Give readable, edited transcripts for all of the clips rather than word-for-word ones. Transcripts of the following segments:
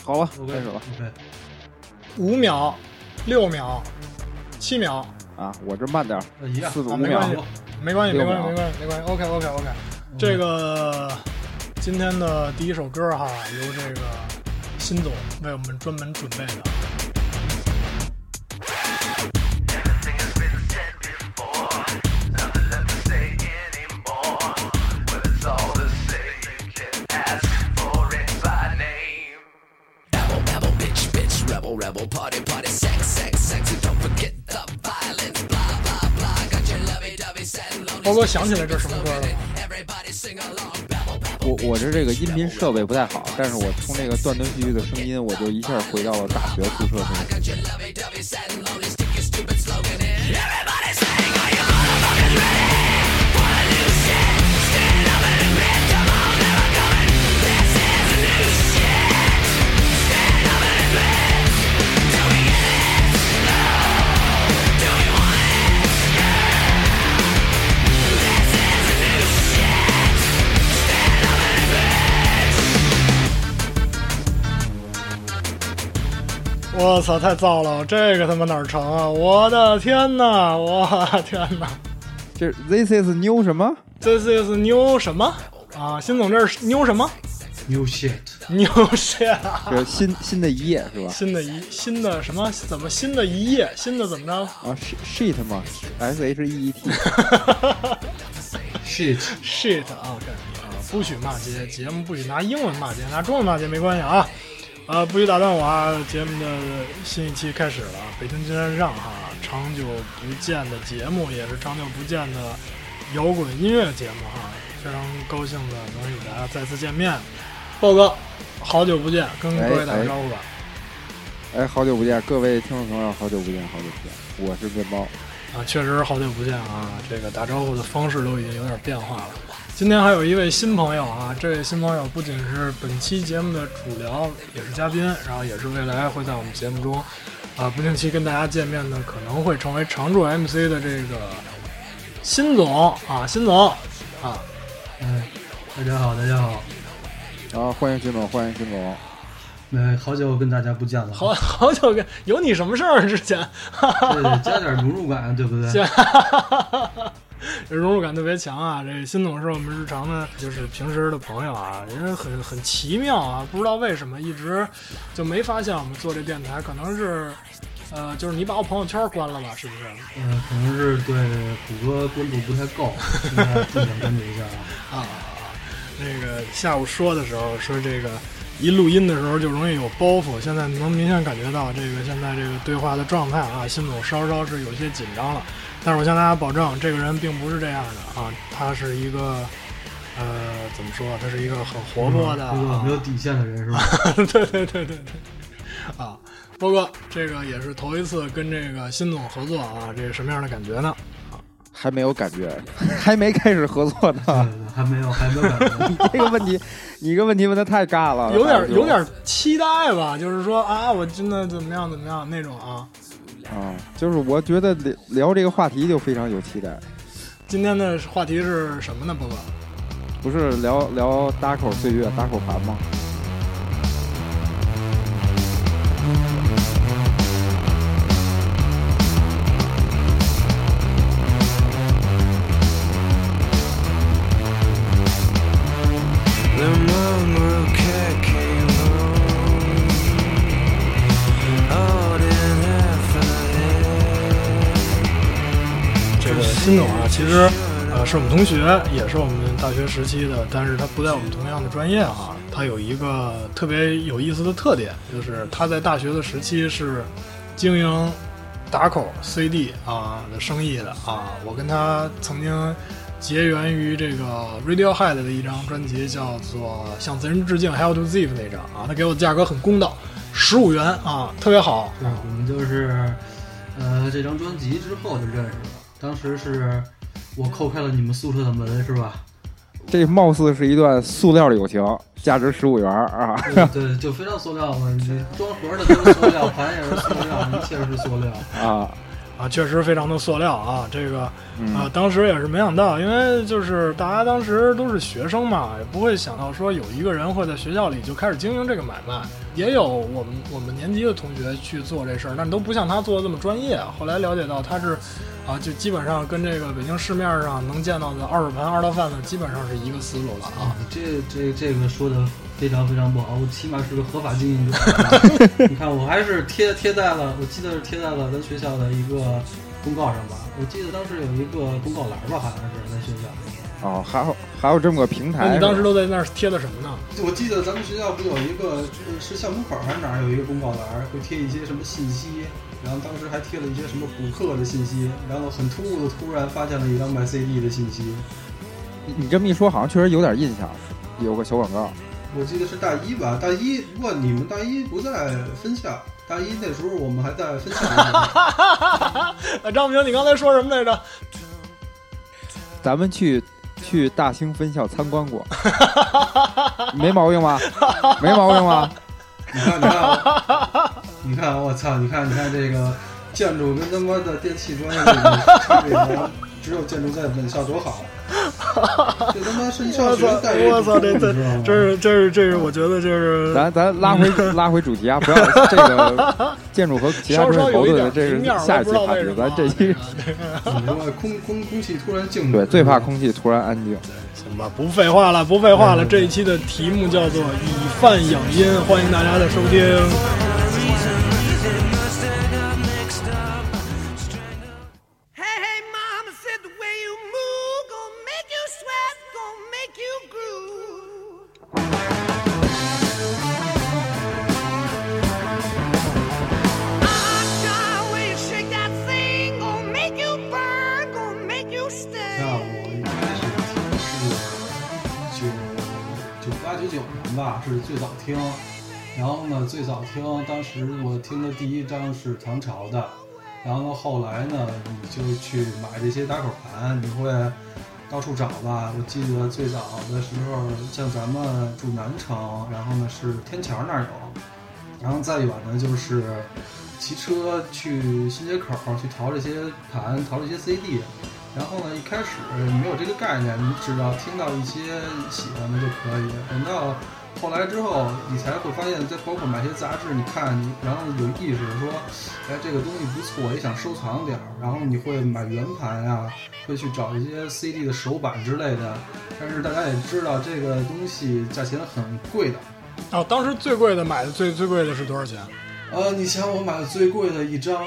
好了，开始了。 5秒、6秒、7秒啊，我这慢点，4.5秒， 没关系。OK。这个今天的第一首歌哈，由这个辛总为我们专门准备的。 Rebel party sex don't forget the violence blah blah blah got your lovey dovey setting low 包哥想起来这是什么歌了吗？ 我这个音频设备不太好，但是我从这个断断续续的声音，我就一下回到了大学宿舍那个。 我操，太燥了！这个他妈哪儿成啊！我的天哪！这 This is new 什么 ？This is new 什么啊？辛总这是 new 什么 ？New shit。 这新的一页是吧？ 新的什么？怎么新的一页？新的怎么着？ 啊 ，shit 嘛 ，SHEET。 shit 啊，不许骂街，节目不许拿英文骂街，拿中文骂街没关系啊。不许打断我啊！节目的新一期开始了，北京金山上哈，长久不见的节目，也是长久不见的摇滚音乐节目哈，非常高兴的能与大家再次见面。豹哥，好久不见，跟各位打个招呼吧。 好久不见，各位听众朋友，好久不见，我是面包啊，确实好久不见啊，这个打招呼的方式都已经有点变化了。今天还有一位新朋友啊，这位新朋友不仅是本期节目的主聊，也是嘉宾，然后也是未来会在我们节目中不定期跟大家见面的，可能会成为常驻 MC 的这个辛总啊， 大家好啊，欢迎辛总， 好久跟大家不见了， 好久跟有你什么事儿之前对，加点融入感，对不对？ 融入感特别强啊！这辛总是我们日常的，就是平时的朋友啊，人很奇妙啊，不知道为什么一直就没发现我们做这电台，可能是就是你把我朋友圈关了吧，是不是？ 可能是对谷歌关注不太够，现在重点关注一下啊。那个下午说的时候说这个一录音的时候就容易有包袱，现在能明显感觉到这个现在这个对话的状态啊，辛总稍稍是有些紧张了。但是我向大家保证，这个人并不是这样的啊，他是一个怎么说？他是一个很活泼的、 一个没有底线的人，是吧？ 对啊，波哥，这个也是头一次跟这个辛总合作啊，这是什么样的感觉呢？ 还没有感觉，还没开始合作呢， 还没有感觉。 你这个问题问得太尬了， 有点期待吧，就是说啊，我真的怎么样那种啊。 就是我觉得聊这个话题就非常有期待。 今天的话题是什么呢，波哥？ 不是聊打口岁月、打口盘吗？ 辛总啊，其实是我们同学，也是我们大学时期的，但是他不在我们同样的专业哈。他有一个特别有意思的特点，就是他在大学的时期是经营打口 CD 的生意的啊。我跟他曾经结缘于这个 Radiohead 的一张专辑，叫做《向贼人致敬 Hell to Thief》那张啊，他给我的价格很公道，15元啊，特别好。 我们就是这张专辑之后就认识了。当时是我叩开了你们宿舍的门，是吧？ 这貌似是一段塑料的友情，价值15元啊！ 对，就非常塑料嘛，你装盒的都是塑料，盘也是塑料，一切是塑料啊！ 啊，确实非常的塑料啊，这个当时也是没想到，因为就是大家当时都是学生嘛，也不会想到说有一个人会在学校里就开始经营这个买卖。也有我们年级的同学去做这事儿，但都不像他做的这么专业。后来了解到他是就基本上跟这个北京市面上能见到的二手盘、二道贩子基本上是一个思路了啊。 这个说的非常非常不好，我起码是个合法经营者。你看，我还是贴在了，我记得是贴在了咱学校的一个公告上吧。我记得当时有一个公告栏吧，好像是在学校。 哦，还有这么个平台。 那你当时都在那儿贴的什么呢？ 我记得咱们学校不有一个是校门口还是哪儿有一个公告栏，会贴一些什么信息，然后当时还贴了一些什么补课的信息，然后很突然发现了一张卖 CD 的信息。 你这么一说，好像确实有点印象，有个小广告。 我记得是大一吧，大一不过你们大一不在分校，大一那时候我们还在分校。 张明，你刚才说什么来着？ 咱们去大兴分校参观过，没毛病吧？没毛病吧？ 你看，我操！你看这个建筑跟他妈的电气专业差别，只有建筑在本校多好。这他妈是一上学待遇， 我操！这是，我觉得这是咱拉回主题啊！不要这个建筑和其他专业矛盾，这是下一期话题。咱这期你说空气突然静， 对，最怕空气突然安静。 行吧，不废话了。这一期的题目叫做“以贩养音”，欢迎大家的收听。 是最早听，然后呢，最早听，当时我听的第一张是唐朝的，然后呢，后来呢，你就去买这些打口盘，你会到处找吧。我记得最早的时候，像咱们住南城，然后呢是天桥那儿有，然后再远呢就是骑车去新街口去淘这些盘，淘这些 CD。然后呢，一开始你没有这个概念，你只要听到一些喜欢的就可以。等到后来之后，你才会发现，在包括买些杂志，你看你，然后有意识说，哎，这个东西不错，也想收藏点儿。然后你会买圆盘呀，会去找一些 CD 的手板之类的。但是大家也知道，这个东西价钱很贵的。 哦，当时最贵的买的最贵的是多少钱？ 你想我买的最贵的一张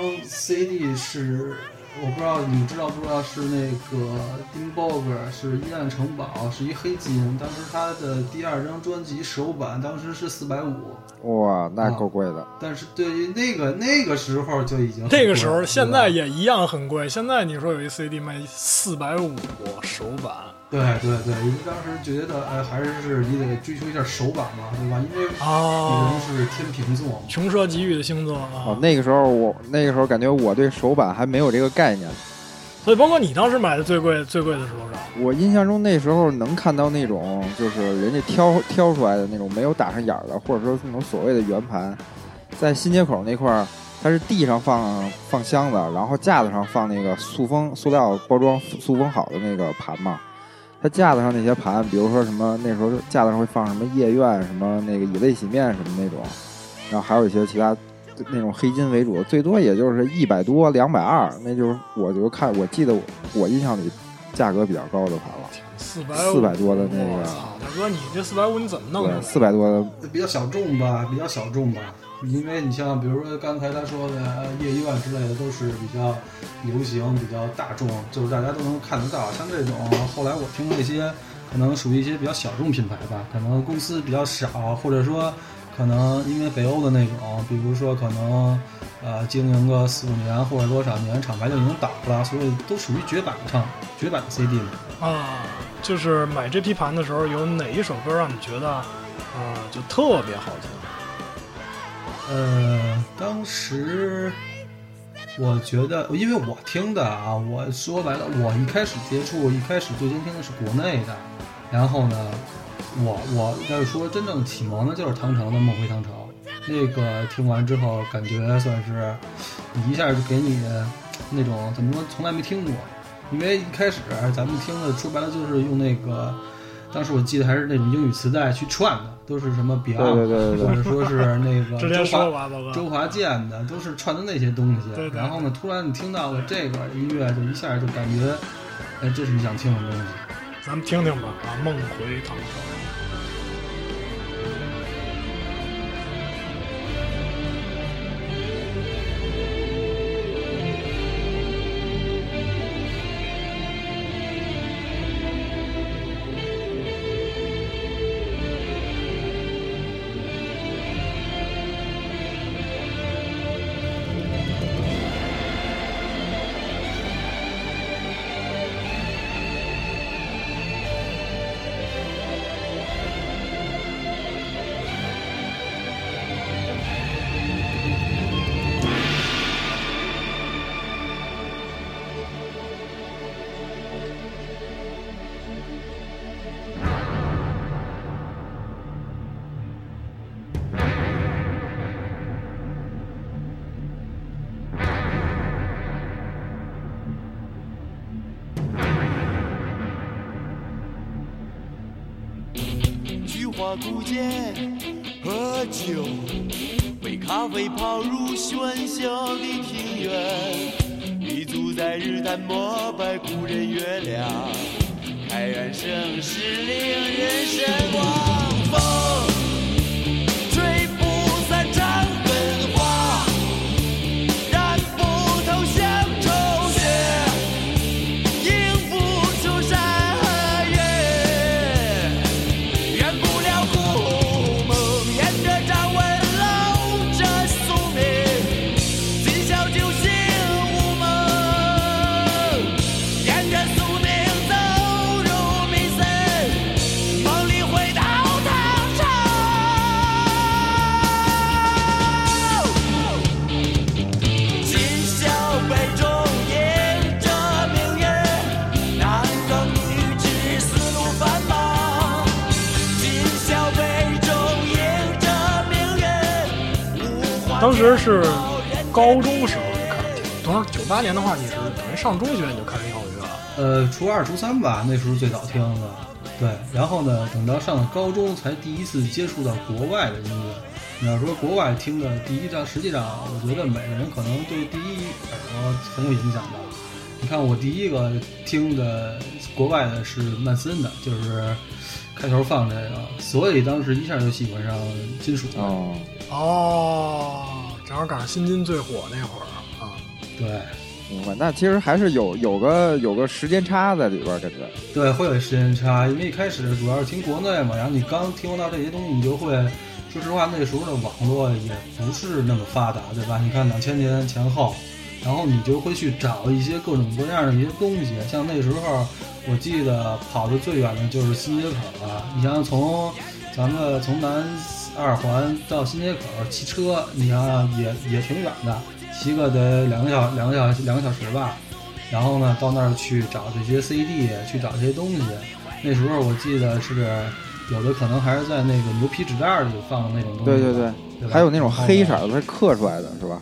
CD 是。我不知道你们知道不知道，是那个丁伯格，是阴暗城堡，是一黑金。当时他的第二张专辑首版当时是450。 哇，那够贵的。 但是对于那个时候就已经那个时候，现在也一样很贵。现在你说有一 CD 卖450首版。 对，因为当时觉得还是你得追求一下手感嘛，对吧？因为你人是天秤座， 穷奢极欲的星座啊。 那个时候感觉我对手板还没有这个概念， 所以包括你当时买的最贵的是多少？ 我印象中那时候能看到那种就是人家挑出来的那种没有打上眼的，或者说那种所谓的圆盘，在新街口那块儿，它是地上放箱子，然后架子上放那个塑料包装塑封好的那个盘嘛。它架子上那些盘，比如说什么那时候架子上会放什么夜愿，什么那个以泪洗面什么那种，然后还有一些其他那种黑金为主，最多也就是100多220，那就是我记得我印象里价格比较高的盘了，400多的那个。 大哥，你这450你怎么弄的 ？400多的比较小众吧。因为你像比如说刚才他说的夜愿之类的都是比较流行比较大众，就是大家都能看得到。像这种后来我听那些可能属于一些比较小众品牌吧，可能公司比较少，或者说可能因为北欧的那种，比如说可能经营个4-5年或者多少年，厂牌就已经倒了，所以都属于绝版的 CD 嘛。 就是买这批盘的时候，有哪一首歌让你觉得就特别好听？ 当时我觉得，因为我听的我说白了，我一开始最先听的是国内的，然后呢，我要是说真正启蒙的就是唐朝的《梦回唐朝》，那个听完之后，感觉算是你一下就给你那种怎么说，从来没听过。因为一开始咱们听的说白了就是用那个，当时我记得还是那种英语磁带去串的，都是什么 Beyond， 对或者说是那个周华健的，都是串的那些东西。 对。 然后呢，突然你听到了这个音乐，就一下就感觉，哎，这是你想听的东西。 咱们听听吧，啊，梦回唐朝。 花古剑喝酒，杯咖啡泡入喧嚣的庭院，立足在日坛膜拜古人月亮，开元盛世令人神往。风吹不散长根花，染不透乡愁血，映不出山河月，圆不了故梦，沿着张文楼着宿命，今宵酒醒无梦，沿着宿命走入迷森，梦里回到唐朝。今宵杯中迎着明月，男耕女织丝路繁忙。今宵杯中迎着明月，无话当时是高中时候就开始听，等时98年的话，你是等于上中学你就开始听摇滚乐了。 初二、初三吧，那时候最早听的。对，然后呢，等到上了高中才第一次接触到国外的音乐。你要说国外听的第一张，实际上我觉得每个人可能对第一耳朵很有影响的。你看我第一个听的国外的是曼森的，就是开头放这个，所以当时一下就喜欢上金属了。 哦，正好赶上新金最火那会儿啊。 对， 明白。那其实还是有个时间差在里边，感觉。 对，会有时间差，因为一开始主要是听国内嘛，然后你刚听到这些东西，你就会，说实话，那时候的网络也不是那么发达，对吧？你看2000年前后，然后你就会去找一些各种各样的一些东西，像那时候我记得跑得最远的就是新街口了。你想从咱们从南2环到新街口骑车，你想想也挺远的，骑个得两个小时吧。然后呢，到那儿去找这些 CD， 去找这些东西。那时候我记得是有的可能还是在那个牛皮纸袋里放的那种东西。 对，还有那种黑色的，它刻出来的是吧？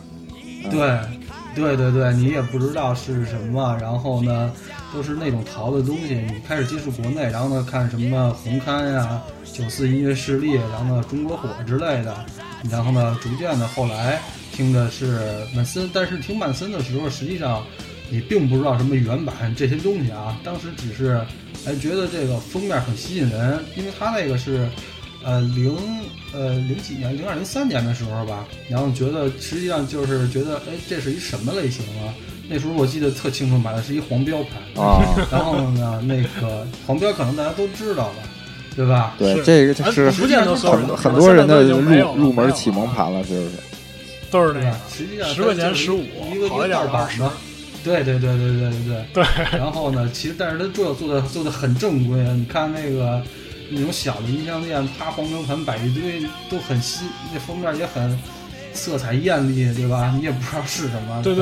对，你也不知道是什么，然后呢，都是那种淘的东西。你开始接触国内，然后呢，看什么红磡呀、94音乐势力，然后呢，中国火之类的，然后呢，逐渐的后来听的是曼森，但是听曼森的时候，实际上你并不知道什么原版这些东西啊，当时只是觉得这个封面很吸引人，因为他那个是零几年02、03年的时候吧，然后觉得实际上就是觉得这是一什么类型啊？那时候我记得特清楚，买的是一黄标盘啊，然后呢，那个黄标可能大家都知道吧，对吧？ 对，这个是不见得很多人的入门启蒙盘了，就是都是那个， 实际上 10块钱15， 一个好一点版嘛。对。然后呢，其实但是它做的很正规，你看那种小的音像店，啪黄标盘摆一堆，都很新，那封面也很色彩艳丽，对吧？你也不知道是什么。 对。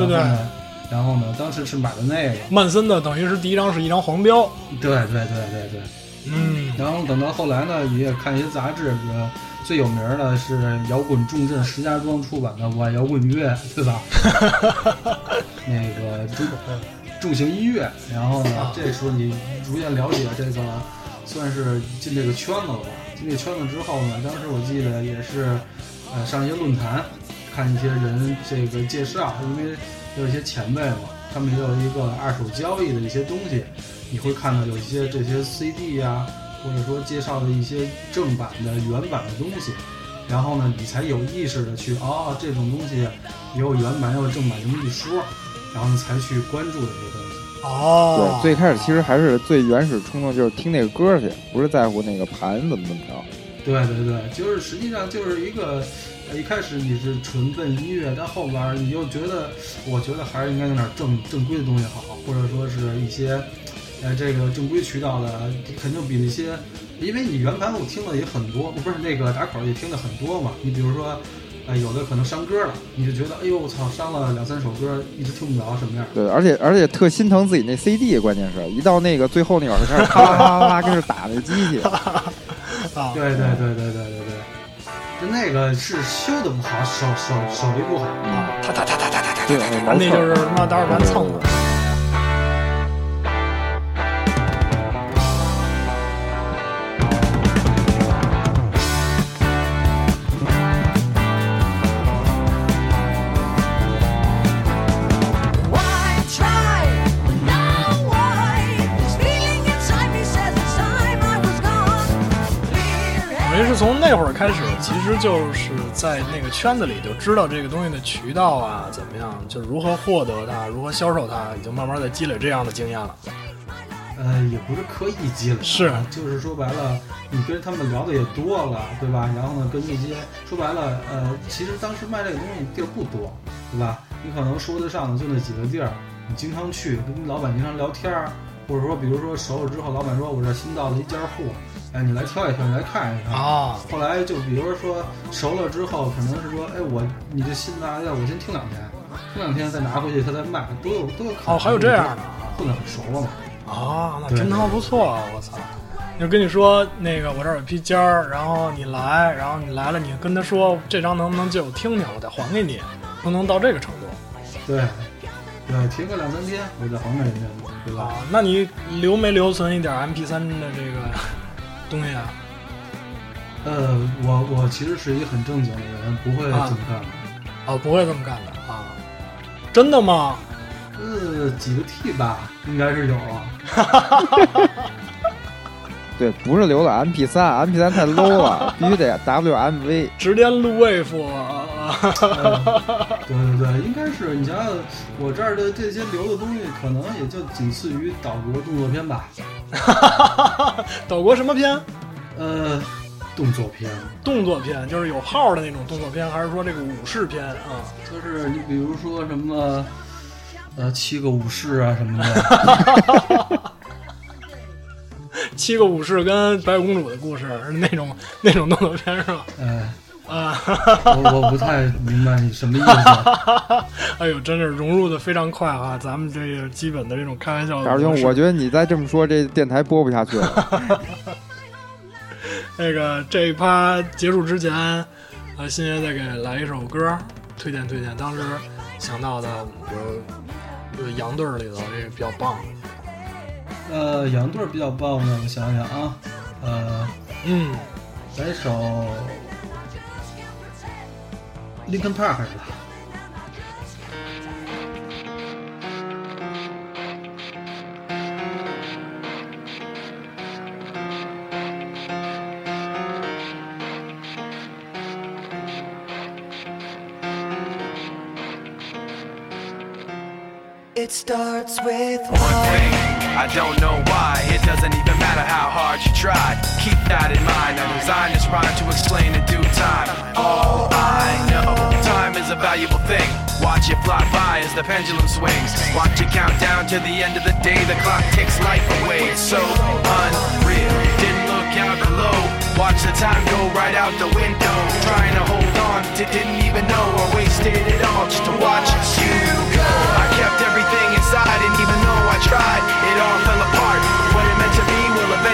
然后呢，当时是买的那个曼森的，等于是第一张是一张黄标。 对。 然后等到后来呢，也看一些杂志，比如最有名的是摇滚重镇石家庄出版的《我爱摇滚乐》，对吧？那个重型音乐，然后呢，这时候你逐渐了解这个，算是进这个圈子了吧？进这个圈子之后呢，当时我记得也是，上一些论坛，看一些人这个介绍，因为有一些前辈嘛，他们也有一个二手交易的一些东西，你会看到有一些这些 CD 呀，或者说介绍的一些正版的原版的东西，然后呢，你才有意识的去这种东西也有原版也有正版这么一说，然后你才去关注这些东西。 对，最开始其实还是最原始冲动就是听那个歌去，不是在乎那个盘怎么着。 对，就是实际上就是一个，一开始你是纯奔音乐，但后边你又觉得，我觉得还是应该有点正规的东西好，或者说是一些，这个正规渠道的肯定比那些，因为你原盘我听了也很多，不是那个打口也听了很多嘛。你比如说，有的可能伤歌了，你就觉得哎呦我操，伤了2-3首歌，一直听不着什么样。 对，而且特心疼自己那 CD， 关键是一到那个最后那会儿就开始咔啦咔啦跟着打那机器。 对，就那个是修的不好，手力不好啊， 对， 那就是他妈打耳盘蹭的。从那会儿开始，其实就是在那个圈子里就知道这个东西的渠道啊怎么样，就是如何获得它，如何销售它，已经慢慢在积累这样的经验了。 也不是刻意积累， 是， 就是说白了，你跟他们聊的也多了，对吧？然后呢，跟那些说白了，其实当时卖这个东西地儿不多，对吧？你可能说得上的就那几个地儿，你经常去，跟老板经常聊天儿，或者说比如说熟了之后，老板说我这新到了一家户。你来挑一挑，你来看一看啊。后来就比如说熟了之后，可能是说，你这新拿的，我先听2天，再拿回去，他再卖，都有可能。 还有这样的， 混得很熟了嘛。 那真他妈不错啊！我操！就跟你说，那个我这儿有批尖儿，然后你来了，你跟他说这张能不能借我听听，我再还给你，不能到这个程度。 对，停个2-3天，我再还给人家，对吧？ 那你留没留存一点 MP3 的这个东西啊？ 我其实是一个很正经的人，不会这么干的。 不会这么干的啊？真的吗？ 几个 T 吧，应该是有啊。 对，不是留了 MP3 太 low 了，必须得 WMV， 直接录 wave。 对，应该是。你想想，我这儿的这些留的东西，可能也就仅次于岛国动作片吧。 岛国什么片？ 动作片。动作片就是有号的那种动作片，还是说这个武士片啊？ 就是你比如说什么，7个武士啊什么的。 7个武士跟白雪公主的故事是那种动作片是吧？ 我不太明白你什么意思。 哎呦，真是融入的非常快啊！咱们这个基本的这种开玩笑的。 大师兄，我觉得你再这么说，这电台播不下去了。 那个这一趴结束之前，新爷再给来一首歌，推荐。当时想到的，比如羊队里头这个比较棒。 羊队比较棒的，我想想啊，来一首 Linkin Park 的吧。 It starts with one thing. I don't know why. It doesn't even matter how hard you try. Keep that in mind. I designed this rhyme to explain in due time. All I know, time is a valuable thing. Watch it fly by as the pendulum swings. Watch it count down to the end of the day. The clock takes life away. It's so unreal. Didn't look out below. Watch the time go right out the window. Trying to hold on to didn't even know I wasted it all just to watch you go. I kept everything inside, and even though I tried, it all fell apart. What it meant to be will eventually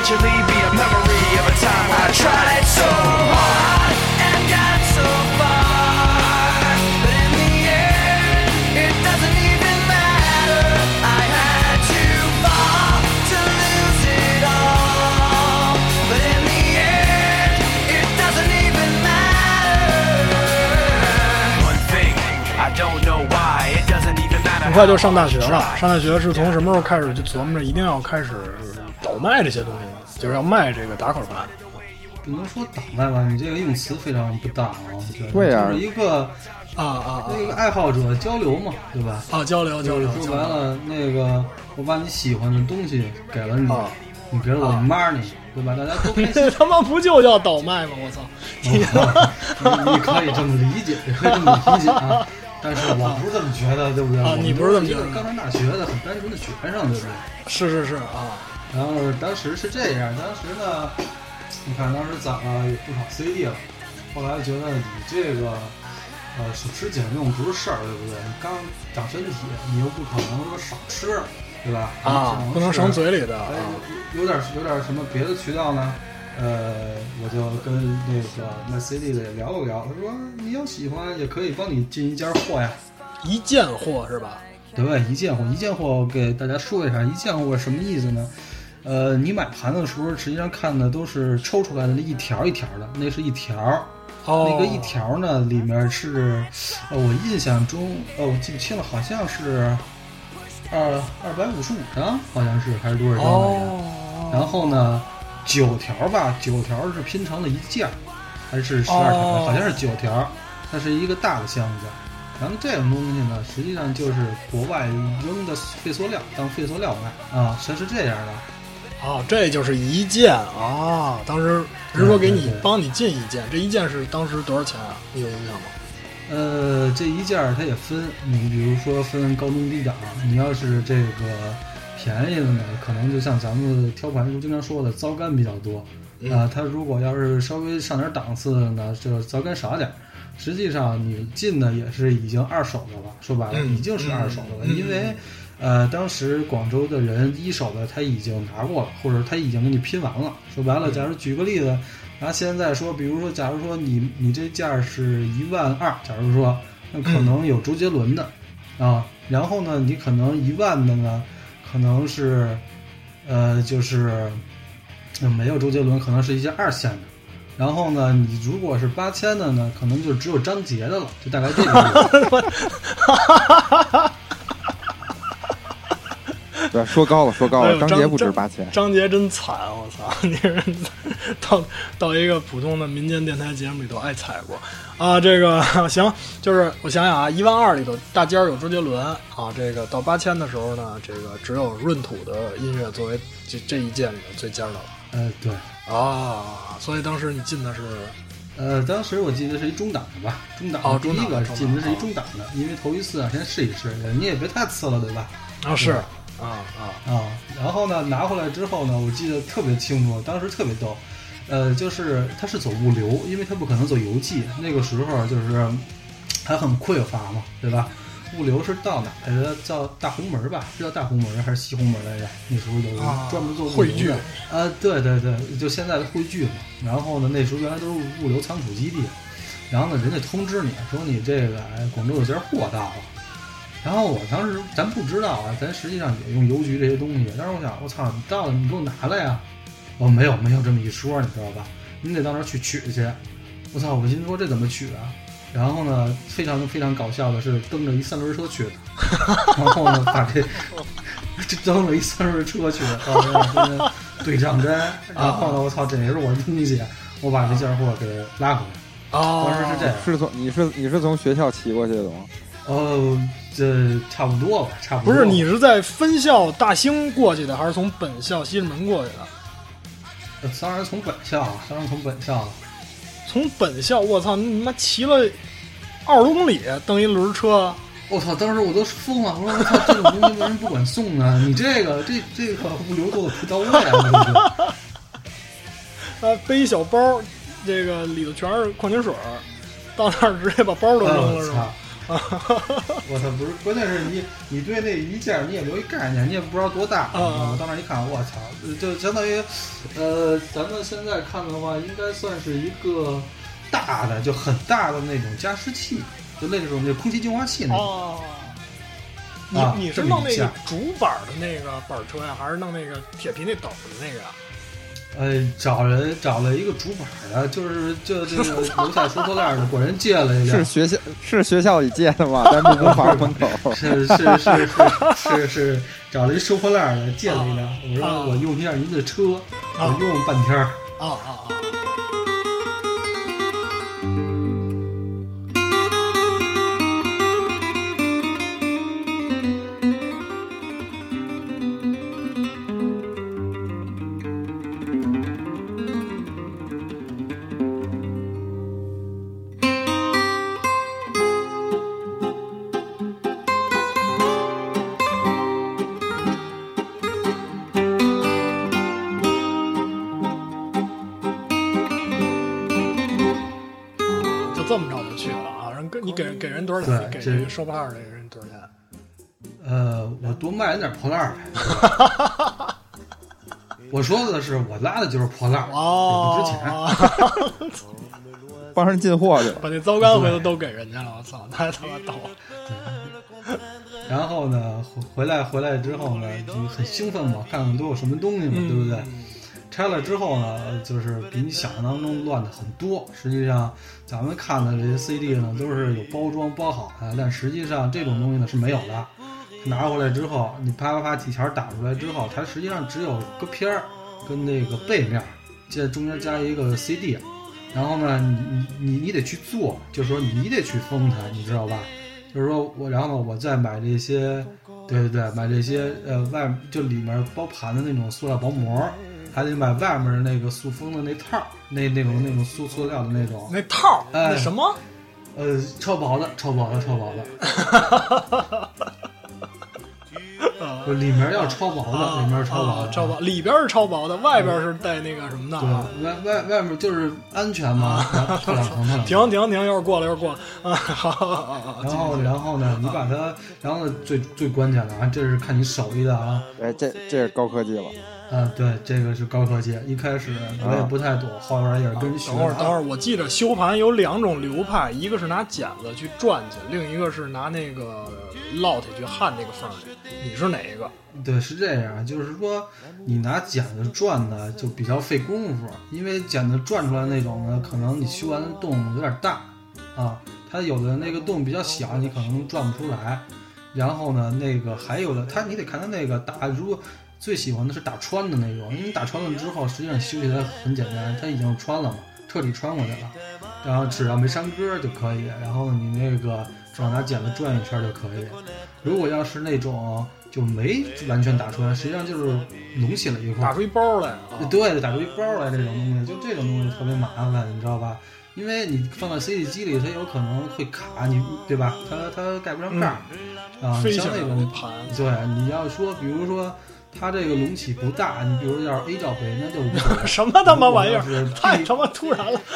eventually be a memory of a time I tried so hard and got so far, but in the end, it doesn't even matter. I had to fall to lose it all, but in the end, it doesn't even matter. One thing, I don't know why, it doesn't even matter. 很快就上大学了，上大学是从什么时候开始就琢磨着一定要开始倒卖这些东西呢？就是要卖这个打口盘。 不能说倒卖吧，你这个用词非常不当啊！ 对啊就是一个那个爱好者交流嘛，对吧？ 交流。 说白了，那个我把你喜欢的东西给了你，你给了我 money，对吧？大家都开心。 这他妈不就叫倒卖吗？我操！ 你可以这么理解，也可以这么理解啊。但是我不是这么觉得，对不对？ 你不是这么觉得？ 刚上大学的很单纯的学生，对不对？ 是啊。 然后当时是这样，当时呢，你看当时攒了有不少 CD 了，后来觉得你这个省吃俭用不是事儿，对不对？你刚长身体，你又不可能说少吃，对吧？ 不能省嘴里的。 有点什么别的渠道呢？我就跟那个卖 CD 的也聊了聊，他说你要喜欢也可以帮你进一件货呀， 一件货是吧？ 对，一件货，我给大家说一下，一件货什么意思呢？你买盘子的时候，实际上看的都是抽出来的那一条一条的，那是一条。那个一条呢，里面是，我印象中，我记不清了，好像是255张，好像是还是多少张来着？然后呢，9条吧，9条是拼成了一件，还是12条？好像是9条，它是一个大的箱子。然后这种东西呢，实际上就是国外扔的废塑料，当废塑料卖啊，是这样的。 这就是一件啊！当时是说帮你进一件，这一件是当时多少钱啊？你有印象吗？ 这一件它也分，你比如说分高中低档，你要是这个便宜的呢，可能就像咱们挑盘时经常说的，糟干比较多它如果要是稍微上点档次的呢，就糟干少点。实际上你进的也是已经二手的了，说白了已经是二手的了，因为当时广州的人一手的他已经拿过了，或者他已经给你拼完了。说白了，假如举个例子，拿现在说，比如说，假如说你这件是12000，假如说，那可能有周杰伦的然后呢，你可能10000的呢，可能是就是没有周杰伦，可能是一件2线的。然后呢，你如果是8000的呢，可能就只有张杰的了，就大概这个意思。 对，说高了，张杰不止8000。 张杰真惨，我操！你是到一个普通的民间电台节目里头挨踩过啊！这个行，就是我想想啊，12000里头大尖有周杰伦啊，这个到8000的时候呢，这个只有闰土的音乐作为这一届里头最尖的了。 对所以当时你进的是当时我记得是一中档的吧，中档第一个进的是一中档的，因为头一次先试一试，你也别太次了，对吧？ 是。 然后呢，拿回来之后呢，我记得特别清楚，当时特别逗，就是它是走物流，因为它不可能走邮寄，那个时候就是还很匮乏嘛，对吧？物流是到哪来着？叫大红门吧？是叫大红门还是西红门来着？那时候有专门做汇聚对，就现在的汇聚嘛。然后呢，那时候原来都是物流仓储基地，然后呢，人家通知你说你这个广州有件货到了。然后我当时咱不知道咱实际上也用邮局这些东西，但是我想我操，你到了你给我拿来呀！没有这么一说，你知道吧？你得到那儿去取去。我操，我心说这怎么取啊？然后呢，非常非常搞笑的是蹬着一3轮车去的，然后呢把这蹬了一3轮车去的，跟对账针，然后呢我操，这也是我的东西，我把这件货给拉回来。当时是这样。 你是从学校骑过去的吗？ 这差不多吧，差不多。 不是，你是在分校大兴过去的，还是从本校西直门过去的？ 当然从本校了。 从本校，我操，你妈骑了20多公里，蹬一轮车。 我操！当时我都疯了，我说我操，这种东西为人不管送呢？你这个物流做的不到位啊！ 背一小包，这个里头全是矿泉水，到那儿直接把包都扔了是吧？ 我操，不是，关键是你对那一件你也没有一概念，你也不知道多大。我到那一看，我操，就相当于，咱们现在看的话，应该算是一个大的，就很大的那种加湿器，就那种空气净化器那种。 哦，你是弄那个竹板的那个板车呀，还是弄那个铁皮那斗的那个呀？ 找了一个竹板的，就这个楼下收破烂的，管人借了一个。 是学校里借的吗？在木工房门口。 是找了一收破烂的，借了一辆。我说我用一下您的车，我用半天儿。 这么着就去了啊？你给人多少钱？给这个收破烂的人多少钱？ 我多卖人点破烂呗。我说的是我拉的就是破烂，也不值钱。 帮人进货去， 把那糟干回头都给人家了，我操，太他妈逗了。 然后呢，回来之后呢，就很兴奋嘛，看看都有什么东西嘛，对不对？拆了之后呢，就是比你想象当中乱的很多。实际上，咱们看的这些 CD 呢，都是有包装包好的，但实际上这种东西呢是没有的。拿回来之后，你啪啪啪几条打出来之后，它实际上只有个片儿跟那个背面，这中间加一个 CD。然后呢，你得去做，就是说你得去封它，你知道吧？就是说然后我再买这些，对，买这些外就里面包盘的那种塑料薄膜。还得买外面那个塑封的那套，那种塑料的那种那套，那什么？ 超薄的。里面要超薄的，里面超薄， 里边是超薄的，外边是带那个什么的。 对，外面就是安全嘛。特两层。 停，一会儿过了。好。 然后呢，你把它，然后呢，最关键的啊，这是看你手艺的啊。 这是高科技了。 对，这个是高科技。一开始我也不太懂，后边也是跟学。 等会儿，我记得修盘有2种流派，一个是拿剪子去转去，另一个是拿那个烙铁去焊那个缝里。你是哪一个？ 对，是这样，就是说你拿剪子转呢，就比较费功夫，因为剪子转出来那种呢，可能你修完的洞有点大啊，它有的那个洞比较小，你可能转不出来。然后呢，那个还有的，你得看它那个打，如果最喜欢的是打穿的那种，因为你打穿了之后，实际上修起来很简单，它已经穿了嘛，彻底穿过去了，然后只要没山歌就可以。然后你那个只要拿剪子转一圈就可以。如果要是那种就没完全打穿，实际上就是隆起了一块， 打出一包来。 对，打出一包来，这种东西就这种东西特别麻烦，你知道吧？因为你放在 CD 机里，它有可能会卡你，对吧？它盖不上盖啊，像那种盘。 对，你要说比如说。它这个隆起不大，你比如要是 A 罩杯，那就无所谓。 什么他妈玩意儿？太他妈突然了！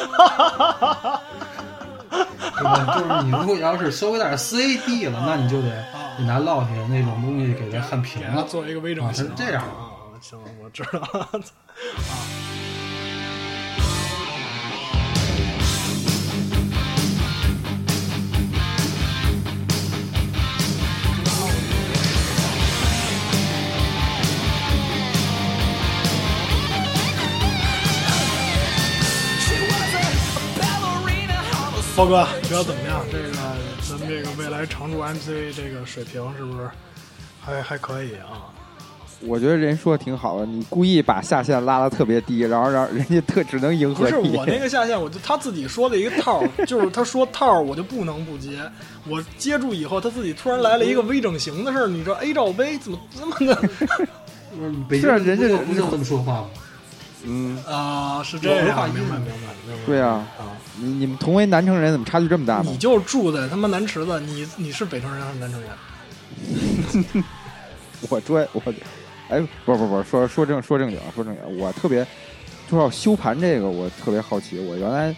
对吧？就是你如果要是稍微有点 CD 了，那你就得拿烙铁那种东西给它焊平了， 做一个微整形。 是这样啊，行，我知道了。啊。豹哥，觉得怎么样？这个咱们这个未来常驻 MC 这个水平是不是还可以啊？ 我觉得人说的挺好的，你故意把下限拉得特别低，然后让人家只能迎合你。 不是我那个下限，他自己说的一个套，就是他说套我就不能不接，我接住以后，他自己突然来了一个微整形的事儿，你说 A 罩杯怎么这么的？ 是人家不就这么说话吗？ 是这样，明白。 对啊，你们同为南城人，怎么差距这么大呢？ 你就住在他妈南池子，你是北城人还是南城人？ 我不，说正经，我特别说到修盘这个，我特别好奇。我原来其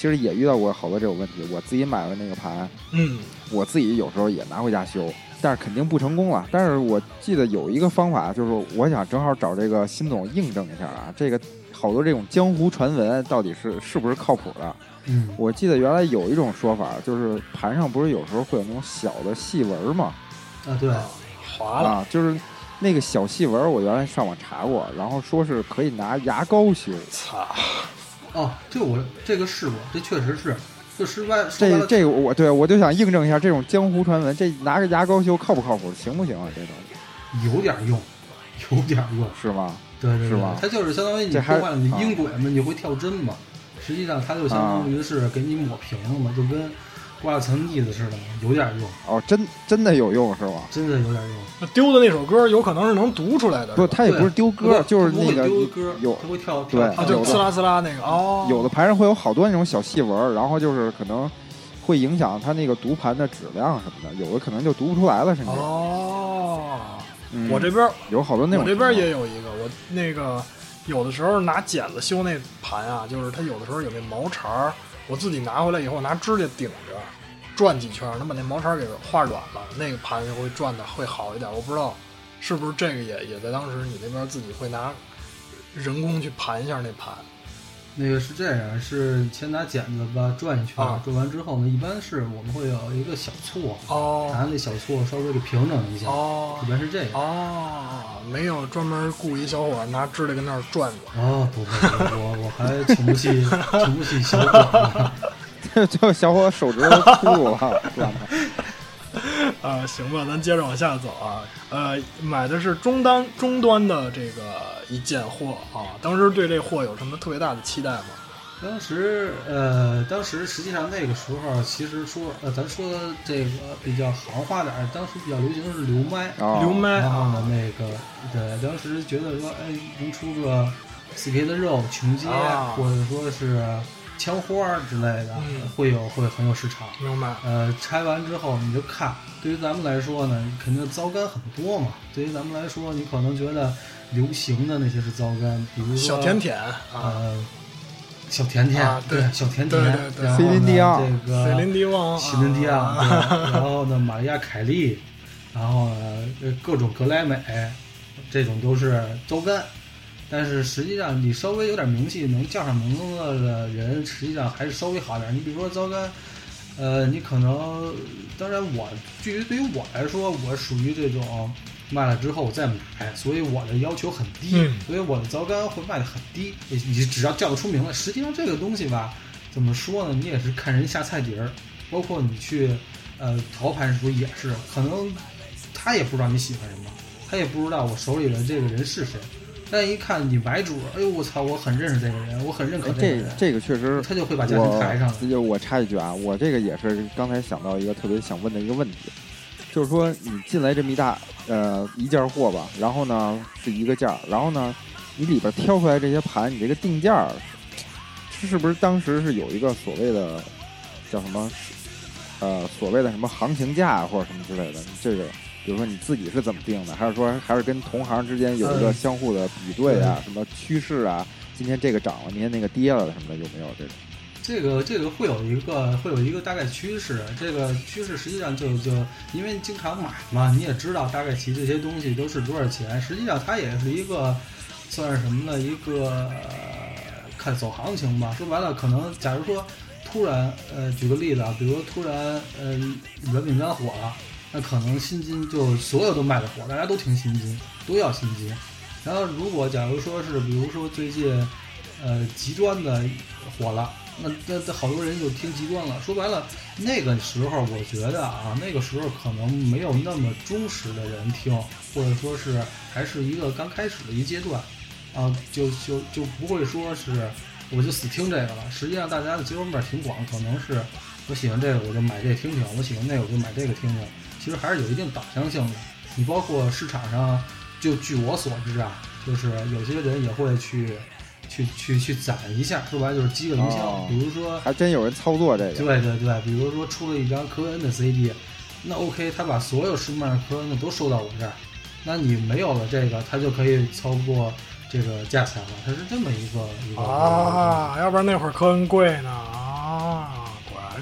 其实也遇到过好多这种问题。我自己买的那个盘，我自己有时候也拿回家修，但是肯定不成功了。但是我记得有一个方法，就是我想正好找这个辛总印证一下啊，这个好多这种江湖传闻到底是不是靠谱的？我记得原来有一种说法，就是盘上不是有时候会有那种小的细纹吗？ 啊，对， 划了啊，就是那个小细纹，我原来上网查过，然后说是可以拿牙膏修。 操！ 哦，这个试过，这确实是，就失败。 这个我就想印证一下这种江湖传闻，这拿个牙膏修靠不靠谱，行不行啊？这东西有点用， 是吗？ 对， 是吧？ 它就是相当于你破坏了你音轨嘛，你会跳针嘛。实际上它就相当于是给你抹平了嘛，就跟刮了层腻子似的，有点用。 哦，真的有用是吧？ 真的有点用。 那丢的那首歌有可能是能读出来的。 不，它也不是丢歌，就是那个丢歌有它会跳， 对， 就呲啦呲啦那个。哦， 有的盘上会有好多那种小细纹，然后就是可能会影响它那个读盘的质量什么的，有的可能就读不出来了，甚至。 哦，我这边有好多那种。 我这边也有一个，我那个。有的时候拿剪子修那盘啊，就是它有的时候有那毛茬，我自己拿回来以后拿指甲顶着转几圈，能把那毛茬给画软了，那个盘会转的会好一点。我不知道是不是这个也在当时你那边自己会拿人工去盘一下那盘。 那个是这样，是先拿剪子吧转一圈，转完之后呢，一般是我们会有一个小锉，拿那小锉稍微给平整一下，一般是这样。 没有专门雇一小伙拿指甲跟那儿转过。不会，我还请不起小伙呢，就小伙手指头秃了，转的。行吧，咱接着往下走啊。买的是终端的这个一件货啊，当时对这货有什么特别大的期待吗？ 当时实际上那个时候，其实咱说这个比较行话点，当时比较流行的是流麦，然后呢，那个对，当时觉得说，能出个4K 的肉琼街，或者说是枪花之类的，会很有市场。 明白。 拆完之后你就看，对于咱们来说呢，肯定糟干很多嘛。对于咱们来说，你可能觉得流行的那些是糟干，比如说小甜甜， 小甜甜，对，小甜甜， 对， 然后呢这个菲林迪翁， 然后呢，玛利亚凯莉，然后呢，各种格莱美，这种都是糟干。但是实际上，你稍微有点名气，能叫上名字的人，实际上还是稍微好点。你比如说糟干，你可能，当然对于我来说，我属于这种卖了之后我再买，所以我的要求很低，所以我的糟干会卖得很低。你只要叫得出名来，实际上这个东西吧，怎么说呢？你也是看人下菜碟儿，包括你去淘盘时候也是，可能他也不知道你喜欢什么，他也不知道我手里的这个人是谁。但一看你买主，哎呦我操，我很认识这个人，我很认可这个人， 这个确实， 他就会把价钱抬上来。 我插一句啊，我这个也是刚才想到一个特别想问的一个问题，就是说你进来这么一件货吧，然后呢是一个价，然后呢你里边挑出来这些盘，你这个定价是不是当时是有一个所谓的叫什么所谓的什么行情价或者什么之类的？这个比如说你自己是怎么定的，还是说还是跟同行之间有一个相互的比对啊，什么趋势啊，今天这个涨了，明天那个跌了什么的，有没有这种？ 这个会有一个大概趋势，这个趋势实际上就因为经常买嘛，你也知道大概其这些东西都是多少钱，实际上它也是一个算是什么呢？一个看走行情吧。说白了，可能假如说突然举个例子啊，比如说突然软饼干火了，那可能新金就所有都卖得火，大家都听新金，都要新金。然后如果假如说是比如说最近极端的火了，那好多人就听极端了。说白了，那个时候我觉得啊，那个时候可能没有那么忠实的人听，或者说是还是一个刚开始的一阶段啊，就不会说是我就死听这个了。实际上大家的接受面挺广，可能是我喜欢这个我就买这听听，我喜欢那个我就买这个听听，其实还是有一定导向性的。你包括市场上，就据我所知啊，就是有些人也会去攒一下，说白了就是积个营销。比如说还真有人操作这个。 对，比如说出了一张科恩的 CD， 那 OK， 他把所有市面上科恩的都收到我这儿，那你没有了这个，他就可以超过这个价钱了。它是这么一个啊，要不然那会儿科恩贵呢啊。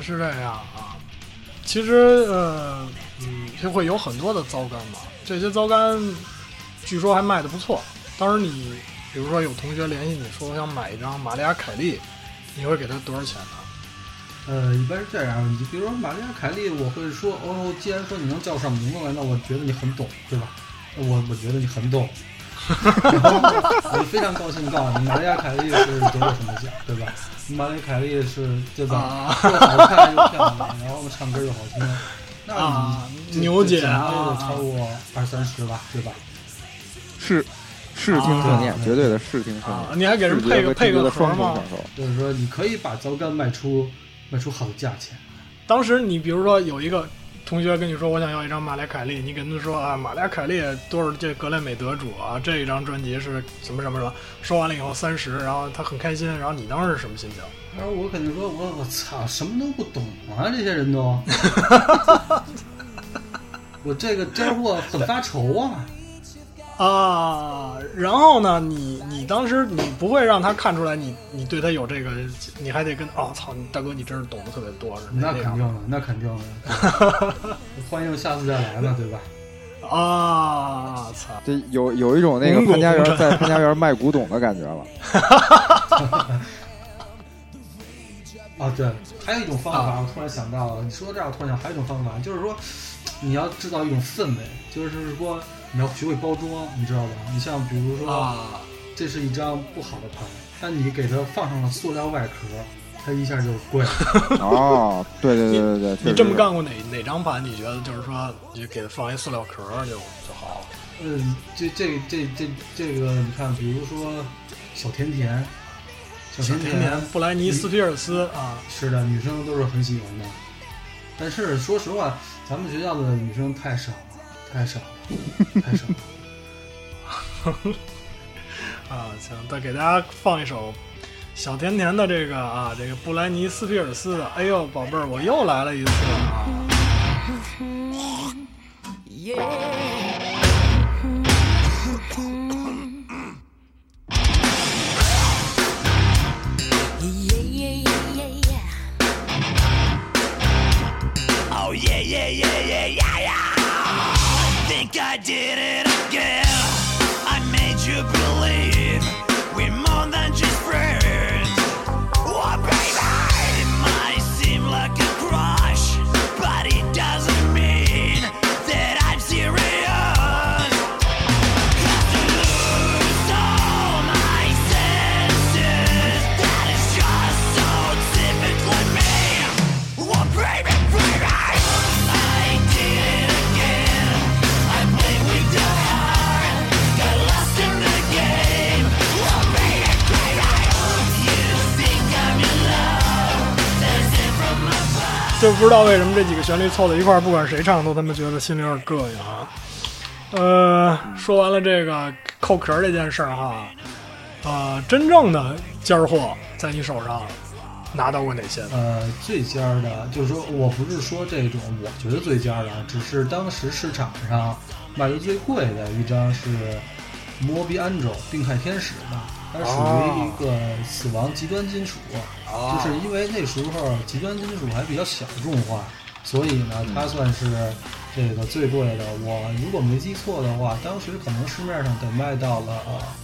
是这样啊。其实就会有很多的糟干嘛，这些糟干据说还卖得不错。当时你比如说有同学联系你说我想买一张玛丽亚凯莉，你会给他多少钱呢？ 一般是这样，你比如说玛丽亚凯莉，我会说既然说你能叫上名字来，那我觉得你很懂，对吧？我觉得你很懂。然后我非常高兴告诉你，玛丽亚凯莉是得了什么奖，对吧？玛丽亚凯莉是对吧？又好看又漂亮，然后唱歌又好听，那你牛姐也得超过20-30吧，对吧？ 视听盛宴，绝对的视听盛宴。 你还给人配个盒吗？ 就是说，你可以把糟干卖出好的价钱。 当时你比如说有一个同学跟你说我想要一张玛丽亚凯莉，你跟他说啊，玛丽亚凯莉多少这格莱美得主啊，这一张专辑是什么什么什么，说完了以后30，然后他很开心，然后你当时是什么心情？ 然后我肯定说我操，什么都不懂啊，这些人都，我这货很发愁啊。 然后呢，你当时你不会让他看出来你对他有这个，你还得跟操你大哥，你真是懂得特别多，是那肯定的，那肯定的。欢迎下次再来嘛，对吧？ 操！这有一种那个潘家园在潘家园卖古董的感觉了。 对，还有一种方法，我突然想到了，你说到这儿，我突然想还有一种方法，就是说你要制造一种氛围，就是说。你要学会包装，你知道吧？你像比如说，这是一张不好的盘，但你给它放上了塑料外壳，它一下就贵了。 对， 你这么干过哪张盘？你觉得就是说，你就给它放一塑料壳就好了？ 这个你看，比如说小甜甜， 布莱尼斯皮尔斯啊， 是的，女生都是很喜欢的。但是说实话，咱们学校的女生太少了。 行，再给大家放一首小甜甜的这个布莱尼斯皮尔斯的。哎呦，宝贝儿，我又来了一次啊！ Oh yeah yeah yeah yeah yeah yeah. I did it again. I made you believe we're more than just friends. Oh baby, it might seem like a crush, but it doesn't mean that I'm serious. 'Cause to lose all my senses, that is just so typically me. Oh baby, baby, I did it again. With your heart, got lost in the game. Oh baby, baby, you think I'm in love? That's it from my heart. 就不知道为什么这几个旋律凑在一块儿，不管谁唱都他妈觉得心里有点膈应啊。说完了这个扣壳这件事儿哈，真正的尖货在你手上拿到过哪些？ 最尖的，就是说我不是说这种我觉得最尖的，只是当时市场上卖的最贵的一张是摩比安卓病态天使的，它属于一个死亡极端金属，就是因为那时候极端金属还比较小众化，所以呢它算是这个最贵的。我如果没记错的话，当时可能市面上得卖到了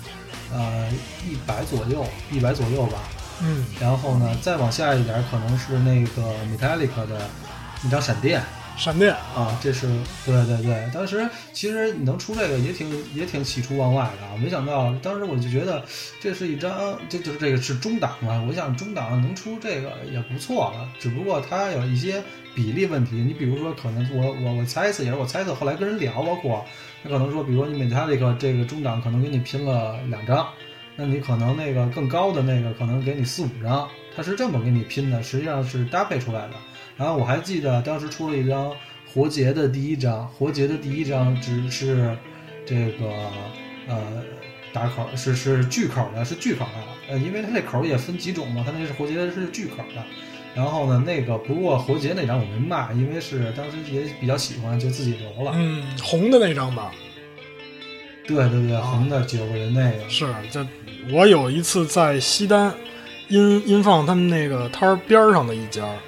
100左右吧。然后呢再往下一点可能是那个 Metallica 的一张闪电啊，这是对，当时其实你能出这个也挺喜出望外的啊，没想到当时我就觉得这是一张就是这个是中档嘛，我想中档能出这个也不错了，只不过它有一些比例问题，你比如说可能我猜测也是我猜测，后来跟人聊，包括他可能说，比如说你 Metallica 这个中档可能给你拼了2张，那你可能那个更高的那个可能给你4-5张，它是这么给你拼的，实际上是搭配出来的。然后我还记得当时出了一张活结的第一张只是这个打口是巨口的，因为它这口也分几种嘛，它那是活结的是巨口的。然后呢，那个不过活结那张我没卖，因为是当时也比较喜欢，就自己留了。 红的那张吧。 对，红的9个人那个。 是，就我有一次在西单音放他们那个摊儿边上的一家，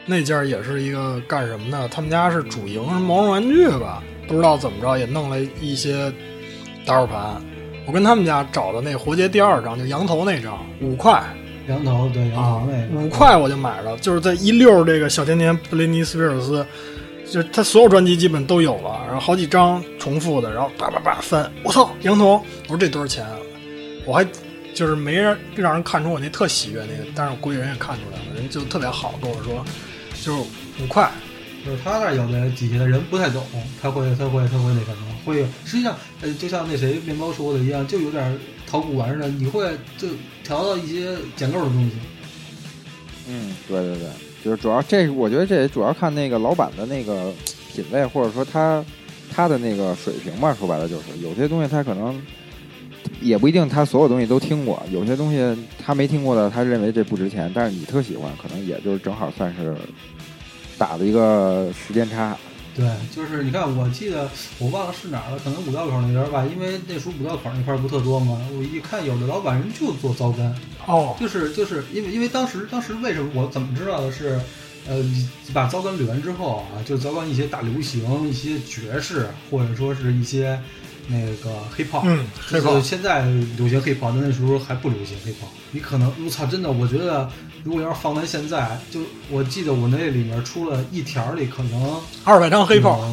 那家也是一个干什么的？他们家是主营毛绒玩具吧？不知道怎么着也弄了一些打火盘。我跟他们家找的那活结第2张，就羊头那张，5块。 羊头对羊头那个 5块我就买了，就是在16这个小甜甜布雷尼斯皮尔斯，就是他所有专辑基本都有了，然后好几张重复的，然后叭叭叭翻，我操，羊头！我说这多少钱啊？我还就是没让人看出我那特喜悦那个，但是我估计人也看出来了，人就特别好跟我说，就是5块。 就是他那有的底下的人不太懂，他会那什么，会实际上就像那谁面包说的一样，就有点淘古玩似的，你会就调到一些捡漏的东西。 对，就是主要我觉得这也主要看那个老板的那个品味，或者说他的那个水平吧。说白了就是有些东西他可能也不一定他所有东西都听过，有些东西他没听过的，他认为这不值钱，但是你特喜欢，可能也就是正好算是打了一个时间差。 对，就是你看，我记得我忘了是哪儿了，可能五道口那边吧，因为那时候五道口那块不特多嘛。我一看有的老板人就做糟干，就是因为当时为什么我怎么知道的是，把糟干捋完之后啊，就糟干一些大流行、一些爵士，或者说是一些那个黑炮， 黑炮现在流行黑炮，但那时候还不流行黑炮。你可能我操，真的，我觉得如果要是放在现在，就我记得我那里面出了一条里可能 200张黑炮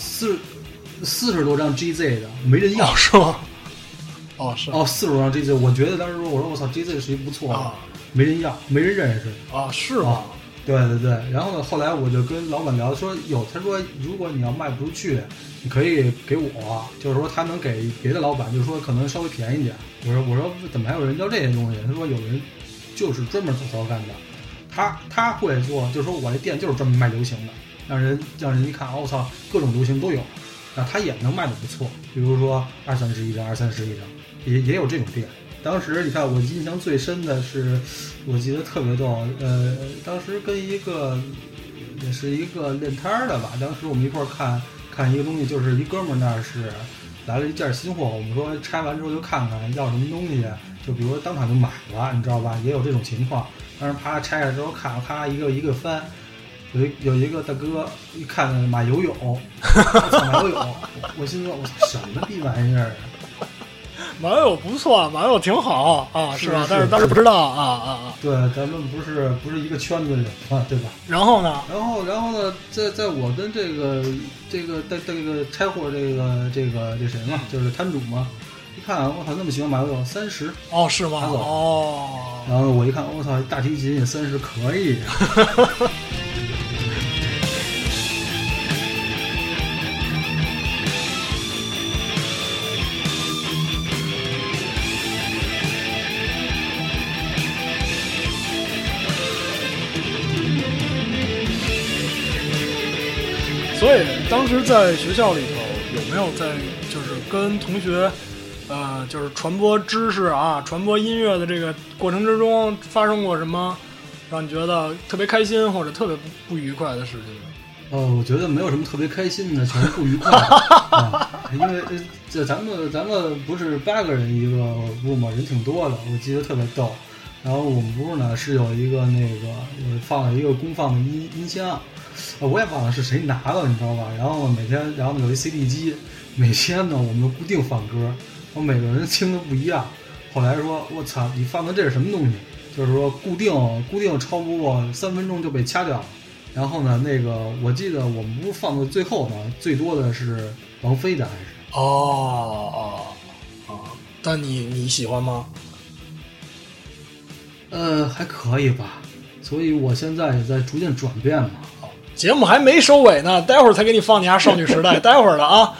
，40多张 GZ 的没人要， 是吗 ？40多张 GZ， 我觉得当时我说我操 GZ 是一不错的，没人要，没人认识是吗？ 对，然后呢，后来我就跟老板聊说，他说如果你要卖不出去，你可以给我，就是说他能给别的老板，就是说可能稍微便宜点。我说怎么还有人要这些东西？他说有人就是专门做糟干的，他会做，就是说我这店就是专门卖流行的，让人一看，我操，各种流行都有，那他也能卖的不错。比如说20-30一张，20-30一张，也有这种店。当时你看我印象最深的是，我记得特别逗，当时跟也是一个练摊的吧，当时我们一块看一个东西，就是一哥们儿那是来了一件新货，我们说拆完之后就看看要什么东西，就比如说当场就买了，你知道吧？也有这种情况。当时啪拆了之后看，啪一个一个翻，有一个大哥一看马友友，我操马友友，我心说我操什么逼玩意儿啊！ 马友不错，马友挺好啊，是吧？但是当时不知道啊。 对，咱们不是一个圈子里啊，对吧？ 然后呢， 在我跟这个拆货这谁嘛，就是摊主嘛，一看我操那么喜欢马友友30， 是吗？ 然后我一看我操大提琴也30可以。 所以当时在学校里头有没有在就是跟同学，就是传播知识啊、传播音乐的这个过程之中，发生过什么让你觉得特别开心或者特别不愉快的事情呢？ 我觉得没有什么特别开心的，全是不愉快的。因为这咱们不是8个人一个屋嘛，人挺多的，我记得特别逗。然后我们屋呢是有一个放了一个公放的音箱。我也忘了是谁拿了，你知道吧？然后每天，有一 CD 机，每天呢我们固定放歌，我每个人听的不一样。后来说，我操，你放的这是什么东西？就是说固定超不过3分钟就被掐掉了。然后呢，我记得我们不是放到最后呢，最多的是王菲的还是？ 但你喜欢吗？ 还可以吧。所以我现在也在逐渐转变嘛。 节目还没收尾呢，待会儿才给你放你家少女时代，待会儿了啊！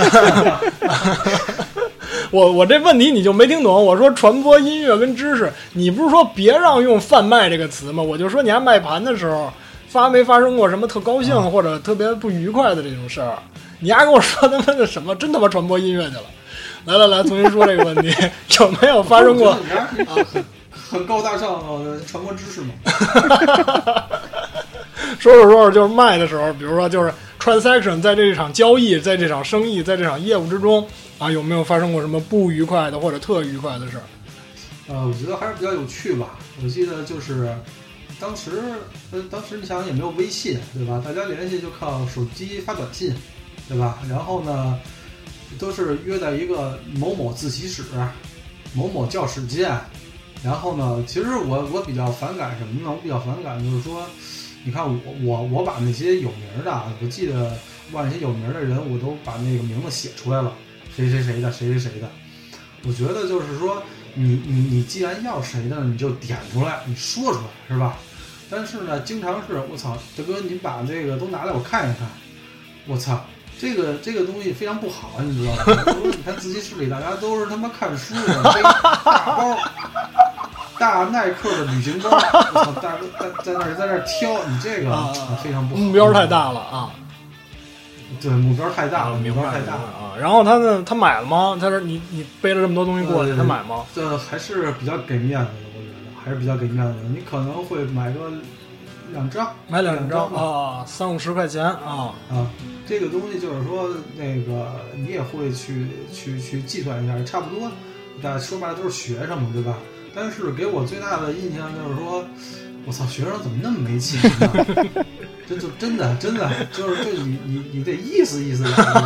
我这问题你就没听懂，我说传播音乐跟知识，你不是说别让用贩卖这个词吗？我就说你还卖盘的时候，没发生过什么特高兴或者特别不愉快的这种事儿？你还跟我说他妈的什么，真他妈传播音乐去了？来，重新说这个问题，有没有发生过？ 很高大上的传播知识嘛。 说着就是卖的时候，比如说就是 transaction， 在这场交易，在这场生意，在这场业务之中啊，有没有发生过什么不愉快的或者特愉快的事儿？ 我觉得还是比较有趣吧。我记得就是当时你想也没有微信，对吧？大家联系就靠手机发短信，对吧？然后呢，都是约在一个某某自习室、某某教室见。然后呢，其实我比较反感什么呢？我比较反感就是说，你看我把那些有名的，我记得那些有名的人，我都把那个名字写出来了，谁谁谁的，谁谁谁的。我觉得就是说，你既然要谁的，你就点出来，你说出来，是吧？但是呢，经常是我操，大哥，你把这个都拿来我看一看，我操，这个东西非常不好，你知道吗？你看自习室里大家都是他妈看书的，背大包。大耐克的旅行包，我操，大哥在那儿挑，你这个非常不好， 目标太大了啊！ 对，目标太大了，目标太大了啊！然后他买了吗？他说你背了这么多东西过去，他买吗？ 这还是比较给面子的，我觉得还是比较给面子的。你可能会买个2张， 买2张啊，30-50块钱啊！ 这个东西就是说，那个你也会去计算一下，差不多，大家说白了都是学生嘛，对吧？但是给我最大的印象就是说，我操，学生怎么那么没钱呢？这就真的就是你得意思意思。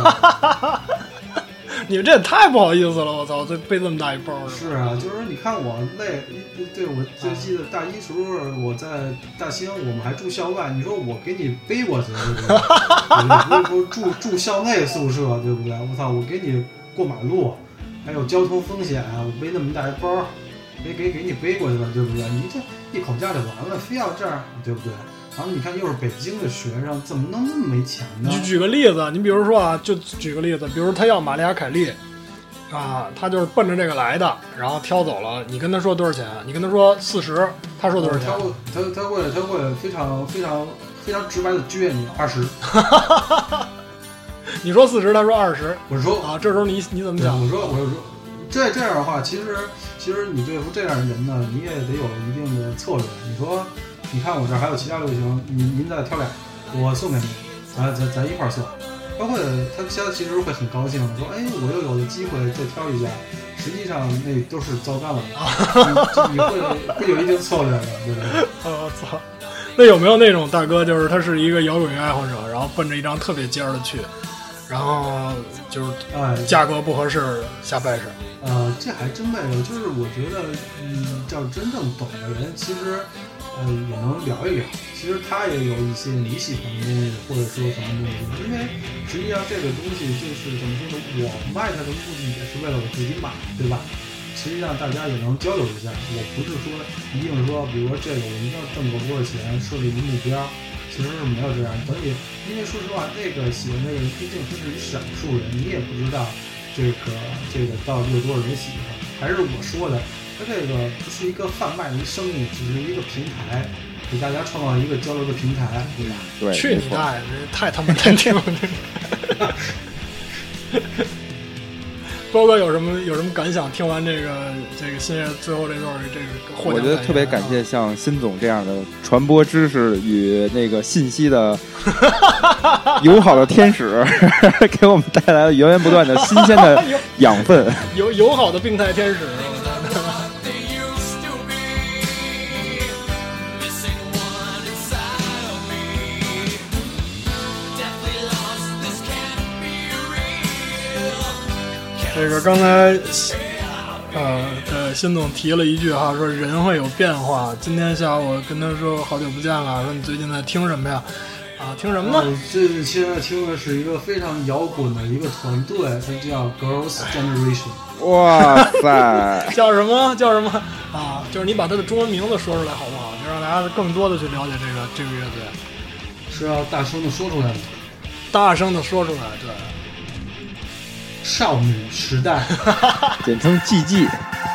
你们这也太不好意思了，我操！这背这么大一包。 是啊，就是你看我累，对我就记得大一时候我在大兴，我们还住校外，你说我给你背过去，对不对？我不是住校内宿舍，对不对？我操，我给你过马路，还有交通风险啊，我背那么大一包。给你背过去了，对不对？你这一口价就完了，非要这样，对不对？然后你看，又是北京的学生，怎么能那么没钱呢？ 你举个例子，你比如说啊，就举个例子，比如他要玛丽亚凯莉啊，他就是奔着这个来的，然后挑走了，你跟他说多少钱？你跟他说40，他说多少钱？ 他会非常直白的撅你20。 你说40，他说20。 我说啊，这时候你怎么想？ 我说这样的话，其实你对付这样的人呢，你也得有一定的策略。你说，你看我这儿还有其他流行，您再挑2，我送给你，咱一块儿送。他其实会很高兴，说，哎，我又有了机会再挑一家。实际上那都是糟干了的，你会有一定策略的，对不对？ 我操！那有没有那种大哥，就是他是一个摇滚乐爱好者，然后奔着一张特别尖的去？然后就是价格不合适下掰扯。 这还真没有。就是我觉得，要真正懂的人，其实也能聊一聊。其实他也有一些你喜欢的东西，或者说什么东西。因为实际上这个东西就是怎么说呢？我卖它的目的也是为了我自己买，对吧？实际上大家也能交流一下。我不是说一定说，比如说这个我一定要挣够多少钱，设立一个目标。其实是没有这样，等于因为说实话，那个喜欢那个人毕竟是一少数人，你也不知道这个到底有多少人喜欢。还是我说的，它这个不是一个贩卖的生意，只是一个平台，给大家创造一个交流的平台，对吧？ 对， 去你大爷！太他妈难听了！包哥有什么感想？听完这个新月最后这段这个获奖， 我觉得特别感谢像辛总这样的传播知识与那个信息的友好的天使，给我们带来了源源不断的新鲜的养分。 友好的病态天使。这个刚才辛总提了一句哈，说人会有变化。今天下午我跟他说好久不见了，说你最近在听什么呀？听什么呢？ 我最近现在听的是一个非常摇滚的一个团队，它叫 Girls Generation。 哇塞！ 叫什么啊？就是你把它的中文名字说出来好不好？就让大家更多的去了解这个乐队。 是要大声的说出来吗？ 大声的说出来，对。 少女时代， 简称 GG。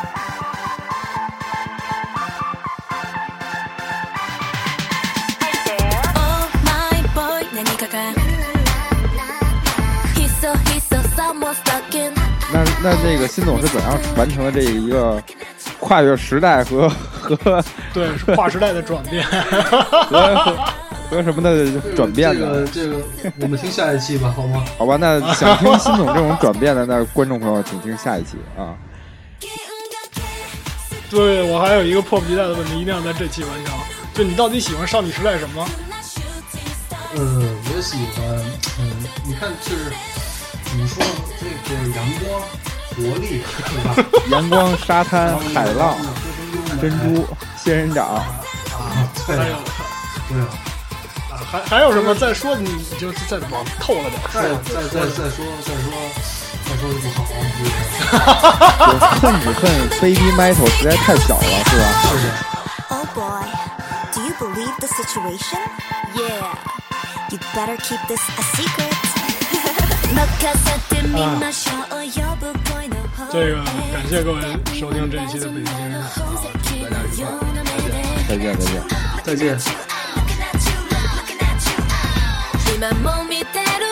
那这个辛总是怎样完成了这一个跨越时代和对跨时代的转变和什么的转变呢？ 这个我们听下一期吧，好吗？ 好吧，那想听辛总这种转变的，那观众朋友请听下一期啊。 对，我还有一个迫不及待的问题，一定要在这期完成， 就你到底喜欢少女时代什么？ 我喜欢，你看就是怎么说这个阳光、活力，对吧？ 阳光、沙滩、海浪、珍珠、仙人掌对还有对啊。 还有什么再说？你就再往透了点。 再说就不好就恨只恨 Baby Metal 实在太小了，是吧？ 是的。 Oh boy, do you believe the situation? Yeah, you'd better keep this a secret. 这个感谢各位收听这一期的北京电视台啊，祝大家愉快，再见。 再见。 今も見てる